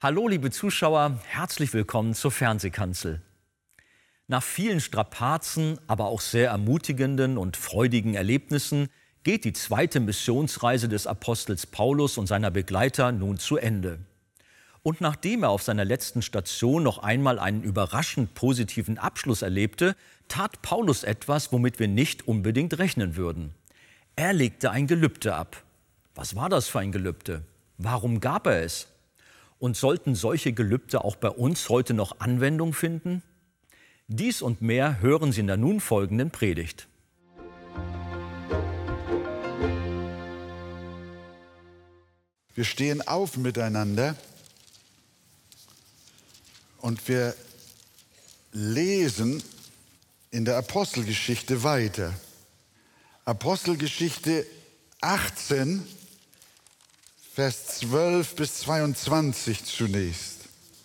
Hallo liebe Zuschauer, herzlich willkommen zur Fernsehkanzel. Nach vielen Strapazen, aber auch sehr ermutigenden und freudigen Erlebnissen geht die zweite Missionsreise des Apostels Paulus und seiner Begleiter nun zu Ende. Und nachdem er auf seiner letzten Station noch einmal einen überraschend positiven Abschluss erlebte, tat Paulus etwas, womit wir nicht unbedingt rechnen würden. Er legte ein Gelübde ab. Was war das für ein Gelübde? Warum gab er es? Und sollten solche Gelübde auch bei uns heute noch Anwendung finden? Dies und mehr hören Sie in der nun folgenden Predigt. Wir stehen auf miteinander und wir lesen in der Apostelgeschichte weiter. Apostelgeschichte 18, Vers 12 bis 22 zunächst.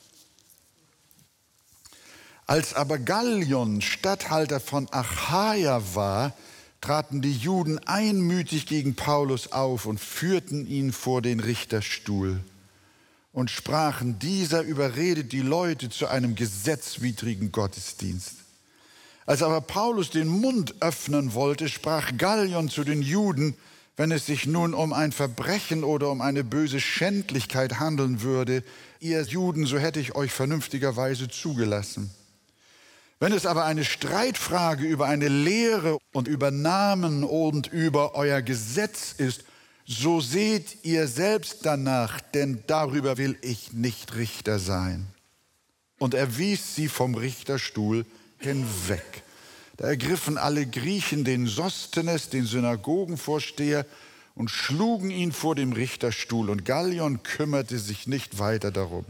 Als aber Gallion Statthalter von Achaia war, traten die Juden einmütig gegen Paulus auf und führten ihn vor den Richterstuhl und sprachen: Dieser überredet die Leute zu einem gesetzwidrigen Gottesdienst. Als aber Paulus den Mund öffnen wollte, sprach Gallion zu den Juden: Wenn es sich nun um ein Verbrechen oder um eine böse Schändlichkeit handeln würde, ihr Juden, so hätte ich euch vernünftigerweise zugelassen. Wenn es aber eine Streitfrage über eine Lehre und über Namen und über euer Gesetz ist, so seht ihr selbst danach, denn darüber will ich nicht Richter sein. Und er wies sie vom Richterstuhl hinweg. Da ergriffen alle Griechen den Sosthenes, den Synagogenvorsteher, und schlugen ihn vor dem Richterstuhl. Und Gallion kümmerte sich nicht weiter darum.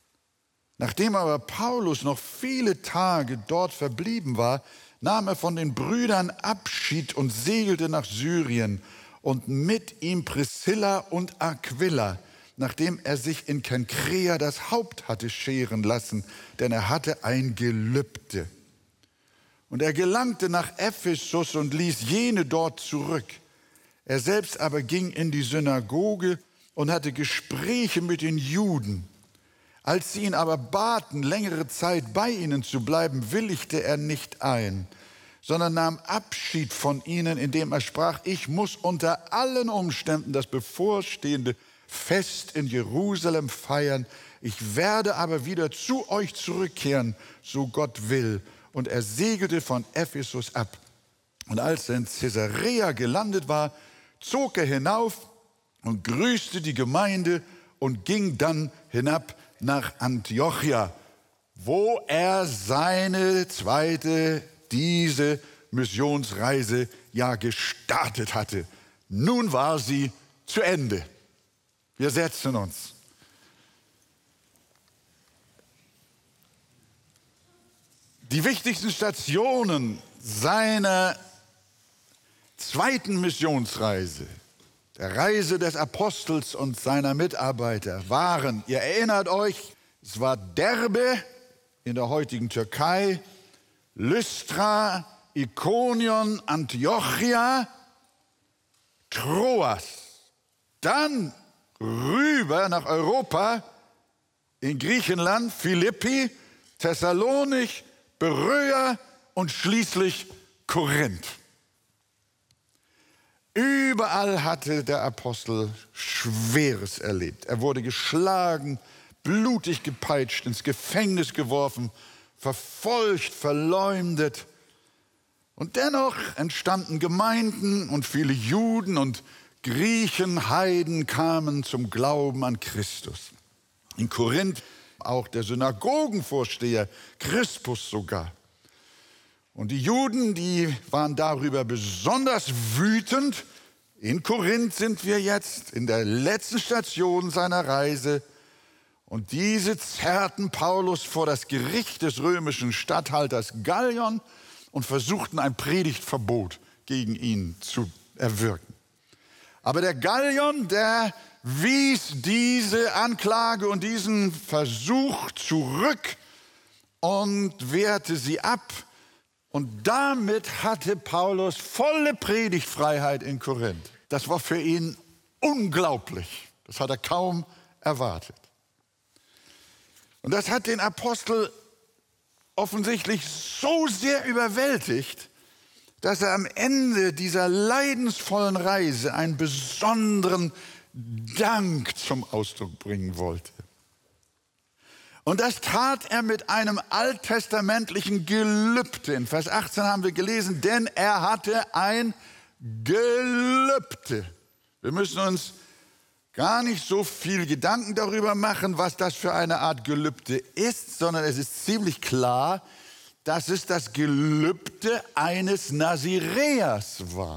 Nachdem aber Paulus noch viele Tage dort verblieben war, nahm er von den Brüdern Abschied und segelte nach Syrien und mit ihm Priscilla und Aquila, nachdem er sich in Kenkrea das Haupt hatte scheren lassen, denn er hatte ein Gelübde. Und er gelangte nach Ephesus und ließ jene dort zurück. Er selbst aber ging in die Synagoge und hatte Gespräche mit den Juden. Als sie ihn aber baten, längere Zeit bei ihnen zu bleiben, willigte er nicht ein, sondern nahm Abschied von ihnen, indem er sprach: Ich muss unter allen Umständen das bevorstehende Fest in Jerusalem feiern. Ich werde aber wieder zu euch zurückkehren, so Gott will. Und er segelte von Ephesus ab. Und als er in Caesarea gelandet war, zog er hinauf und grüßte die Gemeinde und ging dann hinab nach Antiochia, wo er seine zweite, diese Missionsreise ja gestartet hatte. Nun war sie zu Ende. Wir setzen uns. Die wichtigsten Stationen seiner zweiten Missionsreise, der Reise des Apostels und seiner Mitarbeiter, waren, ihr erinnert euch, es war Derbe in der heutigen Türkei, Lystra, Ikonion, Antiochia, Troas, dann rüber nach Europa, in Griechenland, Philippi, Thessalonich, Beröa und schließlich Korinth. Überall hatte der Apostel Schweres erlebt. Er wurde geschlagen, blutig gepeitscht, ins Gefängnis geworfen, verfolgt, verleumdet. Und dennoch entstanden Gemeinden und viele Juden und Griechen, Heiden kamen zum Glauben an Christus. In Korinth auch der Synagogenvorsteher, Crispus sogar. Und die Juden, die waren darüber besonders wütend. In Korinth sind wir jetzt, in der letzten Station seiner Reise. Und diese zerrten Paulus vor das Gericht des römischen Statthalters Gallion und versuchten ein Predigtverbot gegen ihn zu erwirken. Aber der Gallion, der wies diese Anklage und diesen Versuch zurück und wehrte sie ab. Und damit hatte Paulus volle Predigtfreiheit in Korinth. Das war für ihn unglaublich. Das hat er kaum erwartet. Und das hat den Apostel offensichtlich so sehr überwältigt, dass er am Ende dieser leidensvollen Reise einen besonderen Dank zum Ausdruck bringen wollte. Und das tat er mit einem alttestamentlichen Gelübde. In Vers 18 haben wir gelesen, denn er hatte ein Gelübde. Wir müssen uns gar nicht so viel Gedanken darüber machen, was das für eine Art Gelübde ist, sondern es ist ziemlich klar, dass es das Gelübde eines Naziräers war,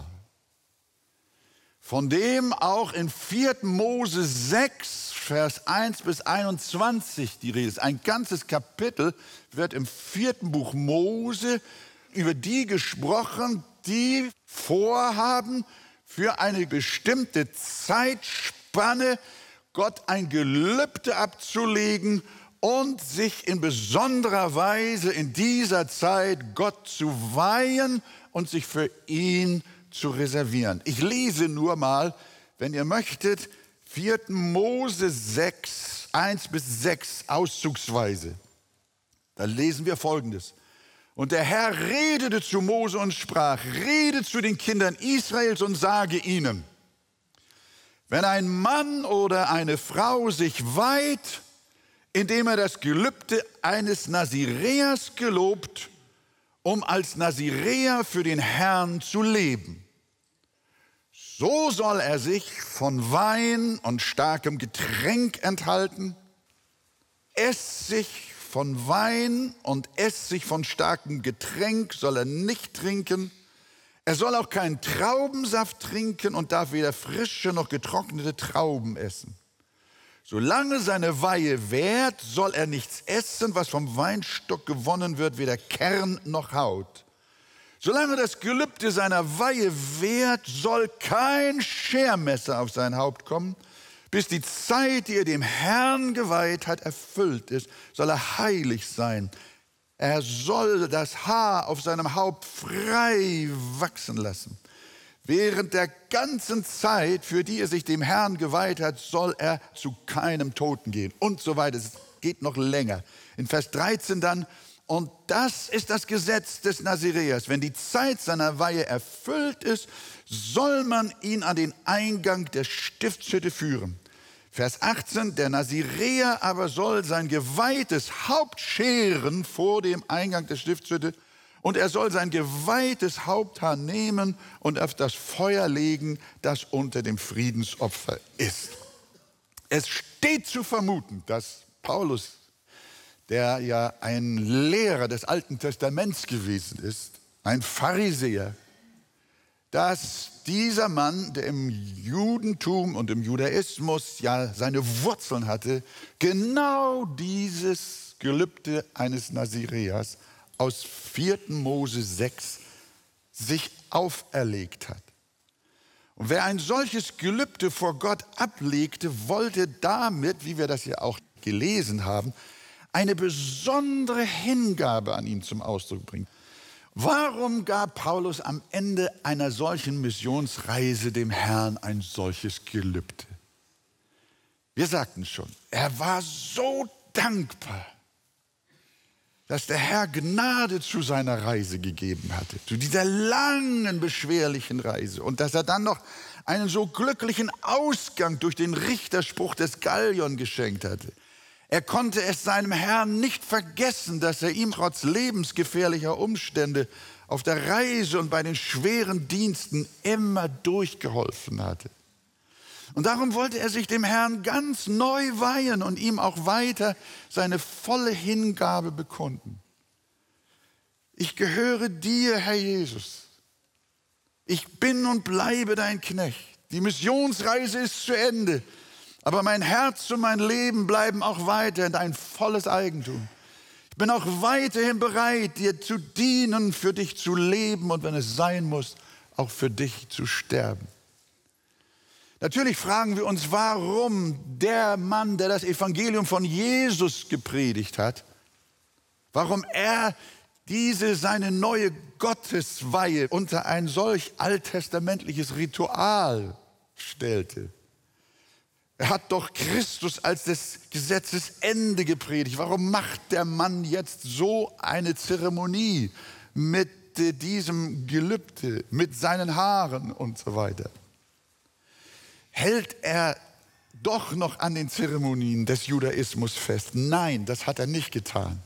von dem auch in 4. Mose 6, Vers 1 bis 21 die Rede ist. Ein ganzes Kapitel wird im 4. Buch Mose über die gesprochen, die vorhaben, für eine bestimmte Zeitspanne Gott ein Gelübde abzulegen und sich in besonderer Weise in dieser Zeit Gott zu weihen und sich für ihn zu reservieren. Ich lese nur mal, wenn ihr möchtet, 4. Mose 6, 1 bis 6 auszugsweise. Da lesen wir Folgendes. Und der Herr redete zu Mose und sprach, rede zu den Kindern Israels und sage ihnen, wenn ein Mann oder eine Frau sich weiht, indem er das Gelübde eines Naziräers gelobt, um als Naziräer für den Herrn zu leben, so soll er sich von Wein und starkem Getränk enthalten, Essig von Wein und Essig von starkem Getränk soll er nicht trinken. Er soll auch keinen Traubensaft trinken und darf weder frische noch getrocknete Trauben essen. Solange seine Weihe währt, soll er nichts essen, was vom Weinstock gewonnen wird, weder Kern noch Haut. Solange das Gelübde seiner Weihe währt, soll kein Schermesser auf sein Haupt kommen. Bis die Zeit, die er dem Herrn geweiht hat, erfüllt ist, soll er heilig sein. Er soll das Haar auf seinem Haupt frei wachsen lassen. Während der ganzen Zeit, für die er sich dem Herrn geweiht hat, soll er zu keinem Toten gehen und so weiter. Es geht noch länger. In Vers 13 dann, und das ist das Gesetz des Naziräers. Wenn die Zeit seiner Weihe erfüllt ist, soll man ihn an den Eingang der Stiftshütte führen. Vers 18, der Naziräer aber soll sein geweihtes Haupt scheren vor dem Eingang der Stiftshütte und er soll sein geweihtes Haupthaar nehmen und auf das Feuer legen, das unter dem Friedensopfer ist. Es steht zu vermuten, dass Paulus, der ja ein Lehrer des Alten Testaments gewesen ist, ein Pharisäer, dass dieser Mann, der im Judentum und im Judaismus ja seine Wurzeln hatte, genau dieses Gelübde eines Naziräers aus 4. Mose 6 sich auferlegt hat. Und wer ein solches Gelübde vor Gott ablegte, wollte damit, wie wir das ja auch gelesen haben, eine besondere Hingabe an ihn zum Ausdruck bringen. Warum gab Paulus am Ende einer solchen Missionsreise dem Herrn ein solches Gelübde? Wir sagten schon, er war so dankbar, dass der Herr Gnade zu seiner Reise gegeben hatte, zu dieser langen, beschwerlichen Reise. Und dass er dann noch einen so glücklichen Ausgang durch den Richterspruch des Gallion geschenkt hatte. Er konnte es seinem Herrn nicht vergessen, dass er ihm trotz lebensgefährlicher Umstände auf der Reise und bei den schweren Diensten immer durchgeholfen hatte. Und darum wollte er sich dem Herrn ganz neu weihen und ihm auch weiter seine volle Hingabe bekunden. Ich gehöre dir, Herr Jesus. Ich bin und bleibe dein Knecht. Die Missionsreise ist zu Ende. Aber mein Herz und mein Leben bleiben auch weiter dein volles Eigentum. Ich bin auch weiterhin bereit, dir zu dienen, für dich zu leben und wenn es sein muss, auch für dich zu sterben. Natürlich fragen wir uns, warum der Mann, der das Evangelium von Jesus gepredigt hat, warum er diese seine neue Gottesweihe unter ein solch alttestamentliches Ritual stellte. Er hat doch Christus als des Gesetzes Ende gepredigt. Warum macht der Mann jetzt so eine Zeremonie mit diesem Gelübde, mit seinen Haaren und so weiter? Hält er doch noch an den Zeremonien des Judaismus fest? Nein, das hat er nicht getan.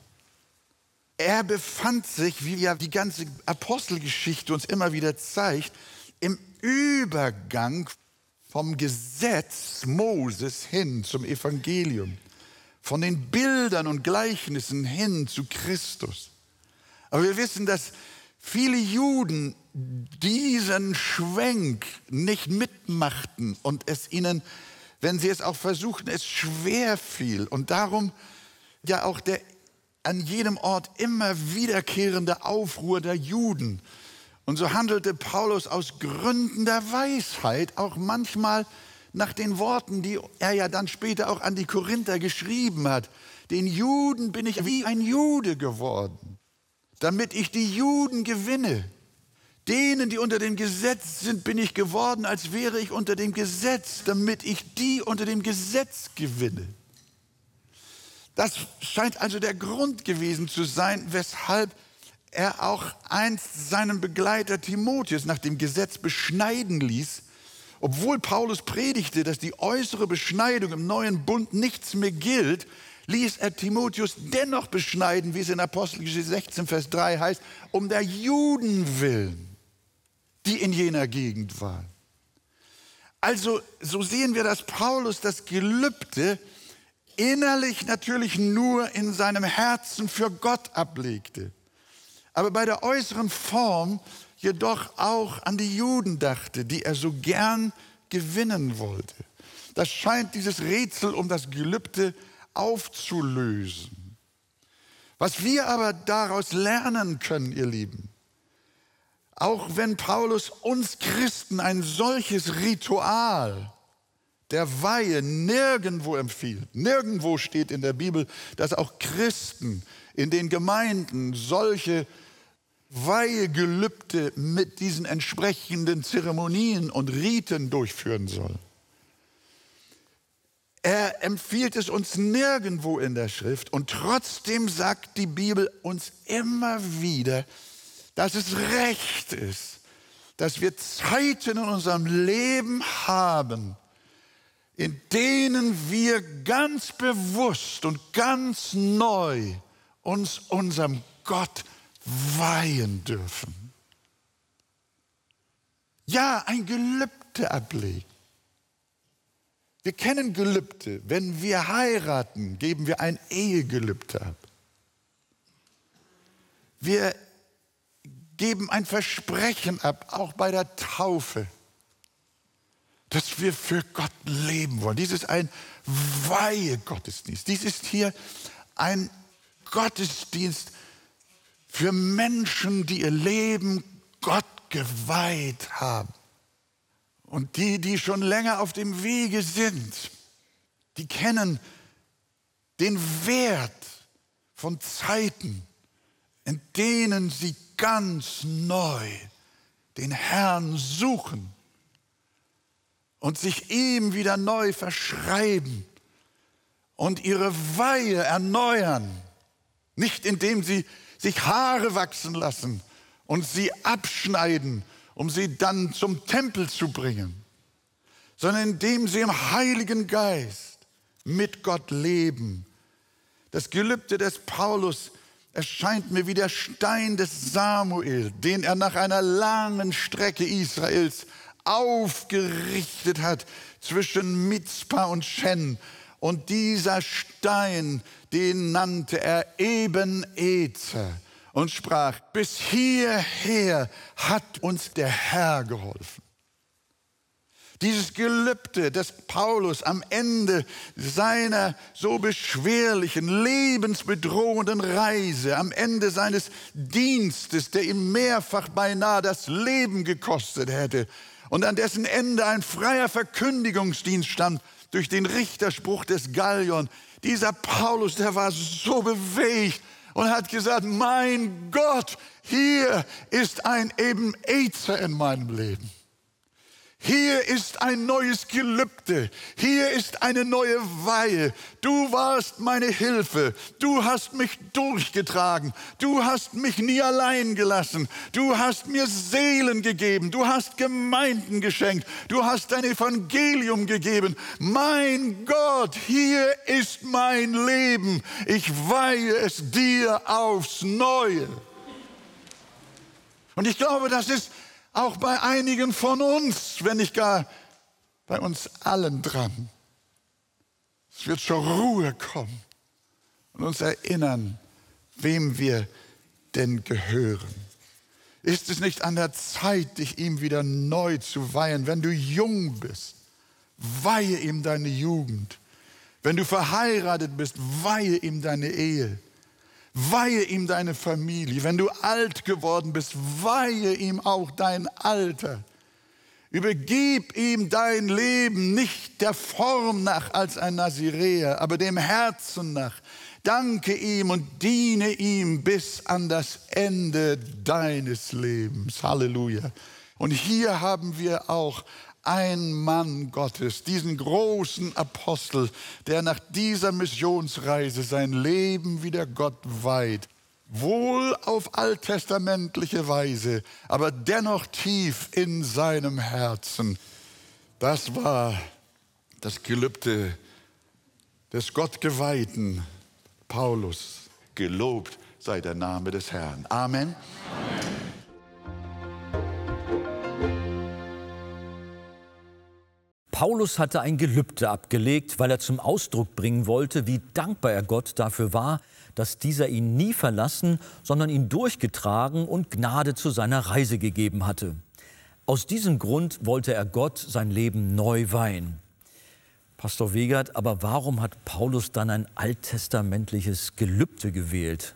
Er befand sich, wie ja die ganze Apostelgeschichte uns immer wieder zeigt, im Übergang vom Gesetz Moses hin zum Evangelium, von den Bildern und Gleichnissen hin zu Christus. Aber wir wissen, dass viele Juden diesen Schwenk nicht mitmachten und es ihnen, wenn sie es auch versuchten, es schwer fiel. Und darum ja auch der an jedem Ort immer wiederkehrende Aufruhr der Juden. Und so handelte Paulus aus Gründen der Weisheit auch manchmal nach den Worten, die er ja dann später auch an die Korinther geschrieben hat. Den Juden bin ich wie ein Jude geworden, damit ich die Juden gewinne. Denen, die unter dem Gesetz sind, bin ich geworden, als wäre ich unter dem Gesetz, damit ich die unter dem Gesetz gewinne. Das scheint also der Grund gewesen zu sein, weshalb er auch einst seinen Begleiter Timotheus nach dem Gesetz beschneiden ließ, obwohl Paulus predigte, dass die äußere Beschneidung im neuen Bund nichts mehr gilt, ließ er Timotheus dennoch beschneiden, wie es in Apostelgeschichte 16, Vers 3 heißt, um der Juden willen, die in jener Gegend waren. Also so sehen wir, dass Paulus das Gelübde innerlich natürlich nur in seinem Herzen für Gott ablegte, aber bei der äußeren Form jedoch auch an die Juden dachte, die er so gern gewinnen wollte. Das scheint dieses Rätsel um das Gelübde aufzulösen. Was wir aber daraus lernen können, ihr Lieben, auch wenn Paulus uns Christen ein solches Ritual der Weihe nirgendwo empfiehlt, nirgendwo steht in der Bibel, dass auch Christen in den Gemeinden solche Weihegelübde mit diesen entsprechenden Zeremonien und Riten durchführen sollen. Er empfiehlt es uns nirgendwo in der Schrift und trotzdem sagt die Bibel uns immer wieder, dass es recht ist, dass wir Zeiten in unserem Leben haben, in denen wir ganz bewusst und ganz neu uns unserem Gott weihen dürfen. Ja, ein Gelübde ablegen. Wir kennen Gelübde. Wenn wir heiraten, geben wir ein Ehegelübde ab. Wir geben ein Versprechen ab, auch bei der Taufe, dass wir für Gott leben wollen. Dies ist ein Weihegottesdienst. Dies ist hier ein Gottesdienst für Menschen, die ihr Leben Gott geweiht haben. Und die schon länger auf dem Wege sind, die kennen den Wert von Zeiten, in denen sie ganz neu den Herrn suchen und sich ihm wieder neu verschreiben und ihre Weihe erneuern. Nicht indem sie sich Haare wachsen lassen und sie abschneiden, um sie dann zum Tempel zu bringen, sondern indem sie im Heiligen Geist mit Gott leben. Das Gelübde des Paulus erscheint mir wie der Stein des Samuel, den er nach einer langen Strecke Israels aufgerichtet hat zwischen Mizpa und Shen. Und dieser Stein, den nannte er Ebenezer und sprach, bis hierher hat uns der Herr geholfen. Dieses Gelübde des Paulus am Ende seiner so beschwerlichen, lebensbedrohenden Reise, am Ende seines Dienstes, der ihm mehrfach beinahe das Leben gekostet hätte und an dessen Ende ein freier Verkündigungsdienst stand durch den Richterspruch des Gallion. Dieser Paulus, der war so bewegt und hat gesagt, mein Gott, hier ist ein Ebenezer in meinem Leben. Hier ist ein neues Gelübde. Hier ist eine neue Weihe. Du warst meine Hilfe. Du hast mich durchgetragen. Du hast mich nie allein gelassen. Du hast mir Seelen gegeben. Du hast Gemeinden geschenkt. Du hast dein Evangelium gegeben. Mein Gott, hier ist mein Leben. Ich weihe es dir aufs Neue. Und ich glaube, das ist auch bei einigen von uns, wenn nicht gar bei uns allen dran. Es wird zur Ruhe kommen und uns erinnern, wem wir denn gehören. Ist es nicht an der Zeit, dich ihm wieder neu zu weihen? Wenn du jung bist, weihe ihm deine Jugend. Wenn du verheiratet bist, weihe ihm deine Ehe. Weihe ihm deine Familie. Wenn du alt geworden bist, weihe ihm auch dein Alter. Übergib ihm dein Leben nicht der Form nach als ein Naziräer, aber dem Herzen nach. Danke ihm und diene ihm bis an das Ende deines Lebens. Halleluja. Und hier haben wir auch ein Mann Gottes, diesen großen Apostel, der nach dieser Missionsreise sein Leben wieder Gott weiht. Wohl auf alttestamentliche Weise, aber dennoch tief in seinem Herzen. Das war das Gelübde des Gottgeweihten Paulus. Gelobt sei der Name des Herrn. Amen. Amen. Paulus hatte ein Gelübde abgelegt, weil er zum Ausdruck bringen wollte, wie dankbar er Gott dafür war, dass dieser ihn nie verlassen, sondern ihn durchgetragen und Gnade zu seiner Reise gegeben hatte. Aus diesem Grund wollte er Gott sein Leben neu weihen. Pastor Wegert, aber warum hat Paulus dann ein alttestamentliches Gelübde gewählt?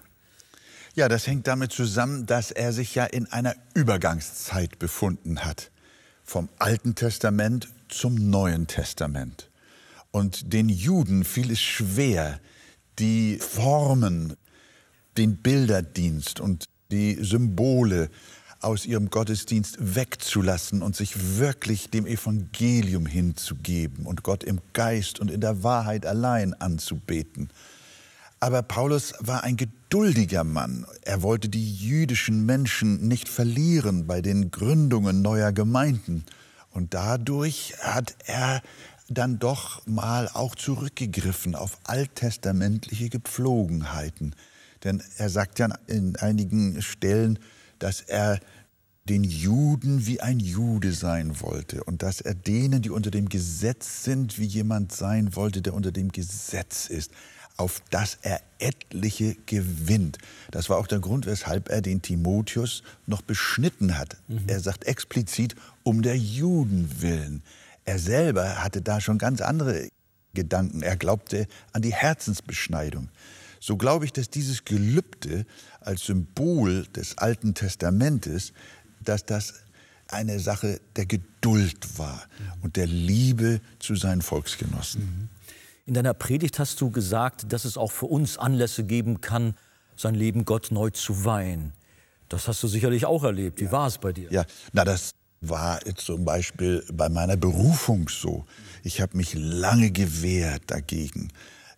Ja, das hängt damit zusammen, dass er sich ja in einer Übergangszeit befunden hat. Vom Alten Testament zum Neuen Testament. Und den Juden fiel es schwer, die Formen, den Bilderdienst und die Symbole aus ihrem Gottesdienst wegzulassen und sich wirklich dem Evangelium hinzugeben und Gott im Geist und in der Wahrheit allein anzubeten. Aber Paulus war ein geduldiger Mann. Er wollte die jüdischen Menschen nicht verlieren bei den Gründungen neuer Gemeinden. Und dadurch hat er dann doch mal auch zurückgegriffen auf alttestamentliche Gepflogenheiten. Denn er sagt ja in einigen Stellen, dass er den Juden wie ein Jude sein wollte und dass er denen, die unter dem Gesetz sind, wie jemand sein wollte, der unter dem Gesetz ist, auf das er etliche gewinnt. Das war auch der Grund, weshalb er den Timotheus noch beschnitten hat. Er sagt explizit, um der Juden willen. Er selber hatte da schon ganz andere Gedanken. Er glaubte an die Herzensbeschneidung. So glaube ich, dass dieses Gelübde als Symbol des Alten Testamentes, dass das eine Sache der Geduld war und der Liebe zu seinen Volksgenossen. In deiner Predigt hast du gesagt, dass es auch für uns Anlässe geben kann, sein Leben Gott neu zu weihen. Das hast du sicherlich auch erlebt. Wie war es bei dir? Ja, das war jetzt zum Beispiel bei meiner Berufung so. Ich habe mich lange gewehrt dagegen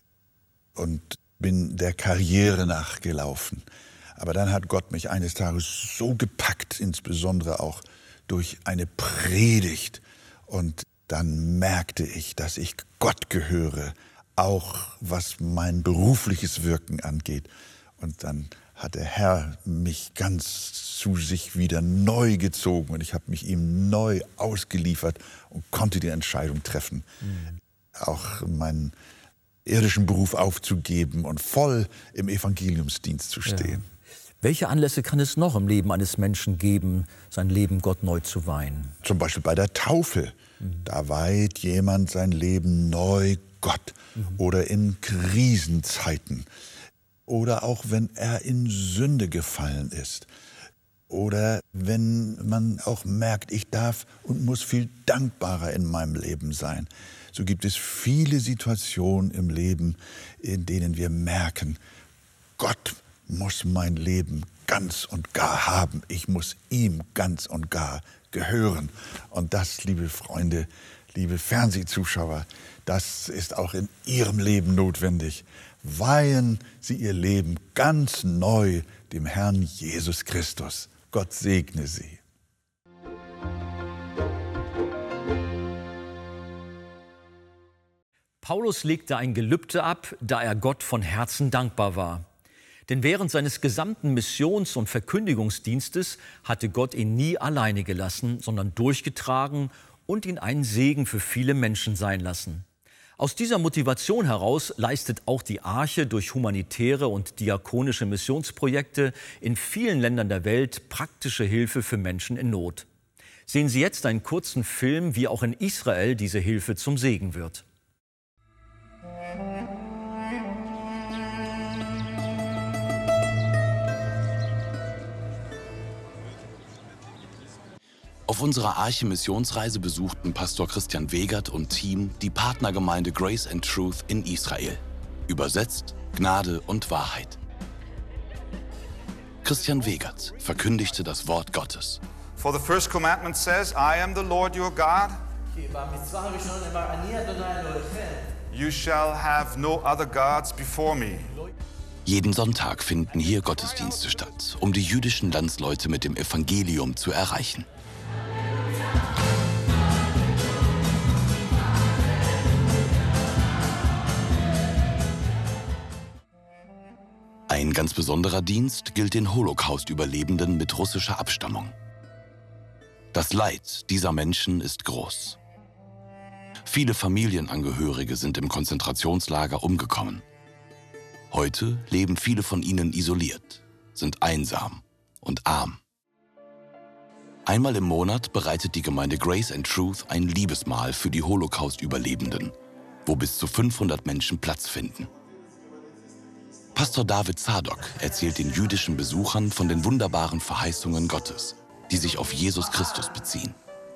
und bin der Karriere nachgelaufen. Aber dann hat Gott mich eines Tages so gepackt, insbesondere auch durch eine Predigt. Und dann merkte ich, dass ich Gott gehöre, auch was mein berufliches Wirken angeht. Und dann hat der Herr mich ganz zu sich wieder neu gezogen und ich habe mich ihm neu ausgeliefert und konnte die Entscheidung treffen, auch meinen irdischen Beruf aufzugeben und voll im Evangeliumsdienst zu stehen. Ja. Welche Anlässe kann es noch im Leben eines Menschen geben, sein Leben Gott neu zu weihen? Zum Beispiel bei der Taufe. Da weiht jemand sein Leben neu Gott. Oder in Krisenzeiten. Oder auch wenn er in Sünde gefallen ist. Oder wenn man auch merkt, ich darf und muss viel dankbarer in meinem Leben sein. So gibt es viele Situationen im Leben, in denen wir merken, Gott muss mein Leben ganz und gar haben. Ich muss ihm ganz und gar gehören. Und das, liebe Freunde, liebe Fernsehzuschauer, das ist auch in Ihrem Leben notwendig. Weihen Sie Ihr Leben ganz neu dem Herrn Jesus Christus. Gott segne Sie. Paulus legte ein Gelübde ab, da er Gott von Herzen dankbar war. Denn während seines gesamten Missions- und Verkündigungsdienstes hatte Gott ihn nie alleine gelassen, sondern durchgetragen und ihn einen Segen für viele Menschen sein lassen. Aus dieser Motivation heraus leistet auch die Arche durch humanitäre und diakonische Missionsprojekte in vielen Ländern der Welt praktische Hilfe für Menschen in Not. Sehen Sie jetzt einen kurzen Film, wie auch in Israel diese Hilfe zum Segen wird. Auf unserer Arche-Missionsreise besuchten Pastor Christian Wegert und Team die Partnergemeinde Grace and Truth in Israel. Übersetzt Gnade und Wahrheit. Christian Wegert verkündigte das Wort Gottes. For the first commandment says, I am the Lord your God. You shall have no other gods before me. Jeden Sonntag finden hier Gottesdienste statt, um die jüdischen Landsleute mit dem Evangelium zu erreichen. Ein ganz besonderer Dienst gilt den Holocaust-Überlebenden mit russischer Abstammung. Das Leid dieser Menschen ist groß. Viele Familienangehörige sind im Konzentrationslager umgekommen. Heute leben viele von ihnen isoliert, sind einsam und arm. Einmal im Monat bereitet die Gemeinde Grace and Truth ein Liebesmahl für die Holocaust-Überlebenden, wo bis zu 500 Menschen Platz finden. Pastor David Zadok erzählt den jüdischen Besuchern von den wunderbaren Verheißungen Gottes, die sich auf Jesus Christus beziehen.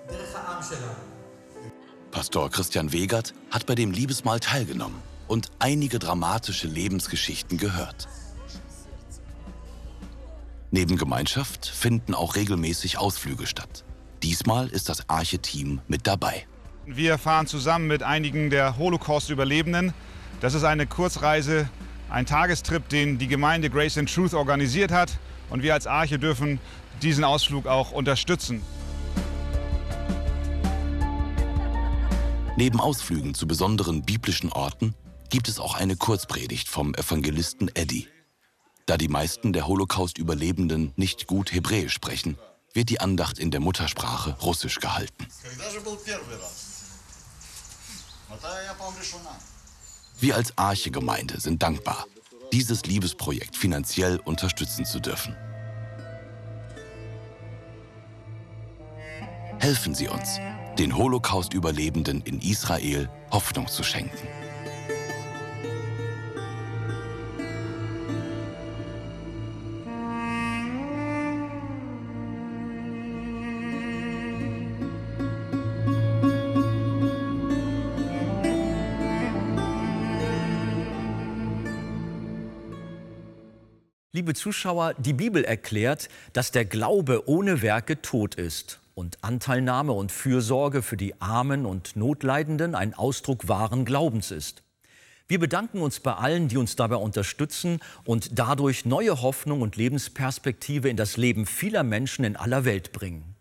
Pastor Christian Wegert hat bei dem Liebesmahl teilgenommen und einige dramatische Lebensgeschichten gehört. Neben Gemeinschaft finden auch regelmäßig Ausflüge statt. Diesmal ist das Arche-Team mit dabei. Wir fahren zusammen mit einigen der Holocaust-Überlebenden. Das ist eine Kurzreise, ein Tagestrip, den die Gemeinde Grace and Truth organisiert hat. Und wir als Arche dürfen diesen Ausflug auch unterstützen. Neben Ausflügen zu besonderen biblischen Orten gibt es auch eine Kurzpredigt vom Evangelisten Eddie. Da die meisten der Holocaust-Überlebenden nicht gut Hebräisch sprechen, wird die Andacht in der Muttersprache Russisch gehalten. Wir als Arche-Gemeinde sind dankbar, dieses Liebesprojekt finanziell unterstützen zu dürfen. Helfen Sie uns, den Holocaust-Überlebenden in Israel Hoffnung zu schenken. Liebe Zuschauer, die Bibel erklärt, dass der Glaube ohne Werke tot ist und Anteilnahme und Fürsorge für die Armen und Notleidenden ein Ausdruck wahren Glaubens ist. Wir bedanken uns bei allen, die uns dabei unterstützen und dadurch neue Hoffnung und Lebensperspektive in das Leben vieler Menschen in aller Welt bringen.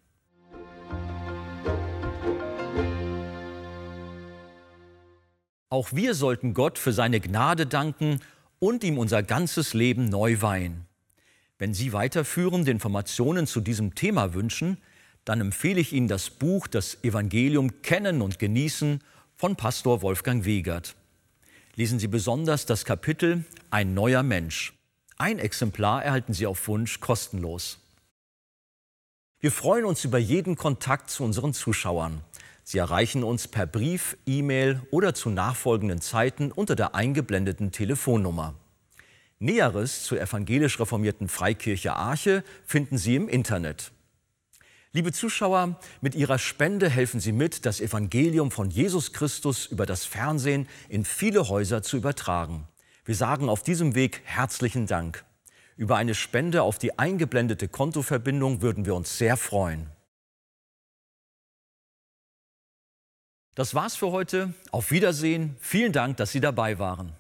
Auch wir sollten Gott für seine Gnade danken und ihm unser ganzes Leben neu weihen. Wenn Sie weiterführende Informationen zu diesem Thema wünschen, dann empfehle ich Ihnen das Buch Das Evangelium Kennen und Genießen von Pastor Wolfgang Wegert. Lesen Sie besonders das Kapitel Ein neuer Mensch. Ein Exemplar erhalten Sie auf Wunsch kostenlos. Wir freuen uns über jeden Kontakt zu unseren Zuschauern. Sie erreichen uns per Brief, E-Mail oder zu nachfolgenden Zeiten unter der eingeblendeten Telefonnummer. Näheres zur evangelisch-reformierten Freikirche Arche finden Sie im Internet. Liebe Zuschauer, mit Ihrer Spende helfen Sie mit, das Evangelium von Jesus Christus über das Fernsehen in viele Häuser zu übertragen. Wir sagen auf diesem Weg herzlichen Dank. Über eine Spende auf die eingeblendete Kontoverbindung würden wir uns sehr freuen. Das war's für heute. Auf Wiedersehen. Vielen Dank, dass Sie dabei waren.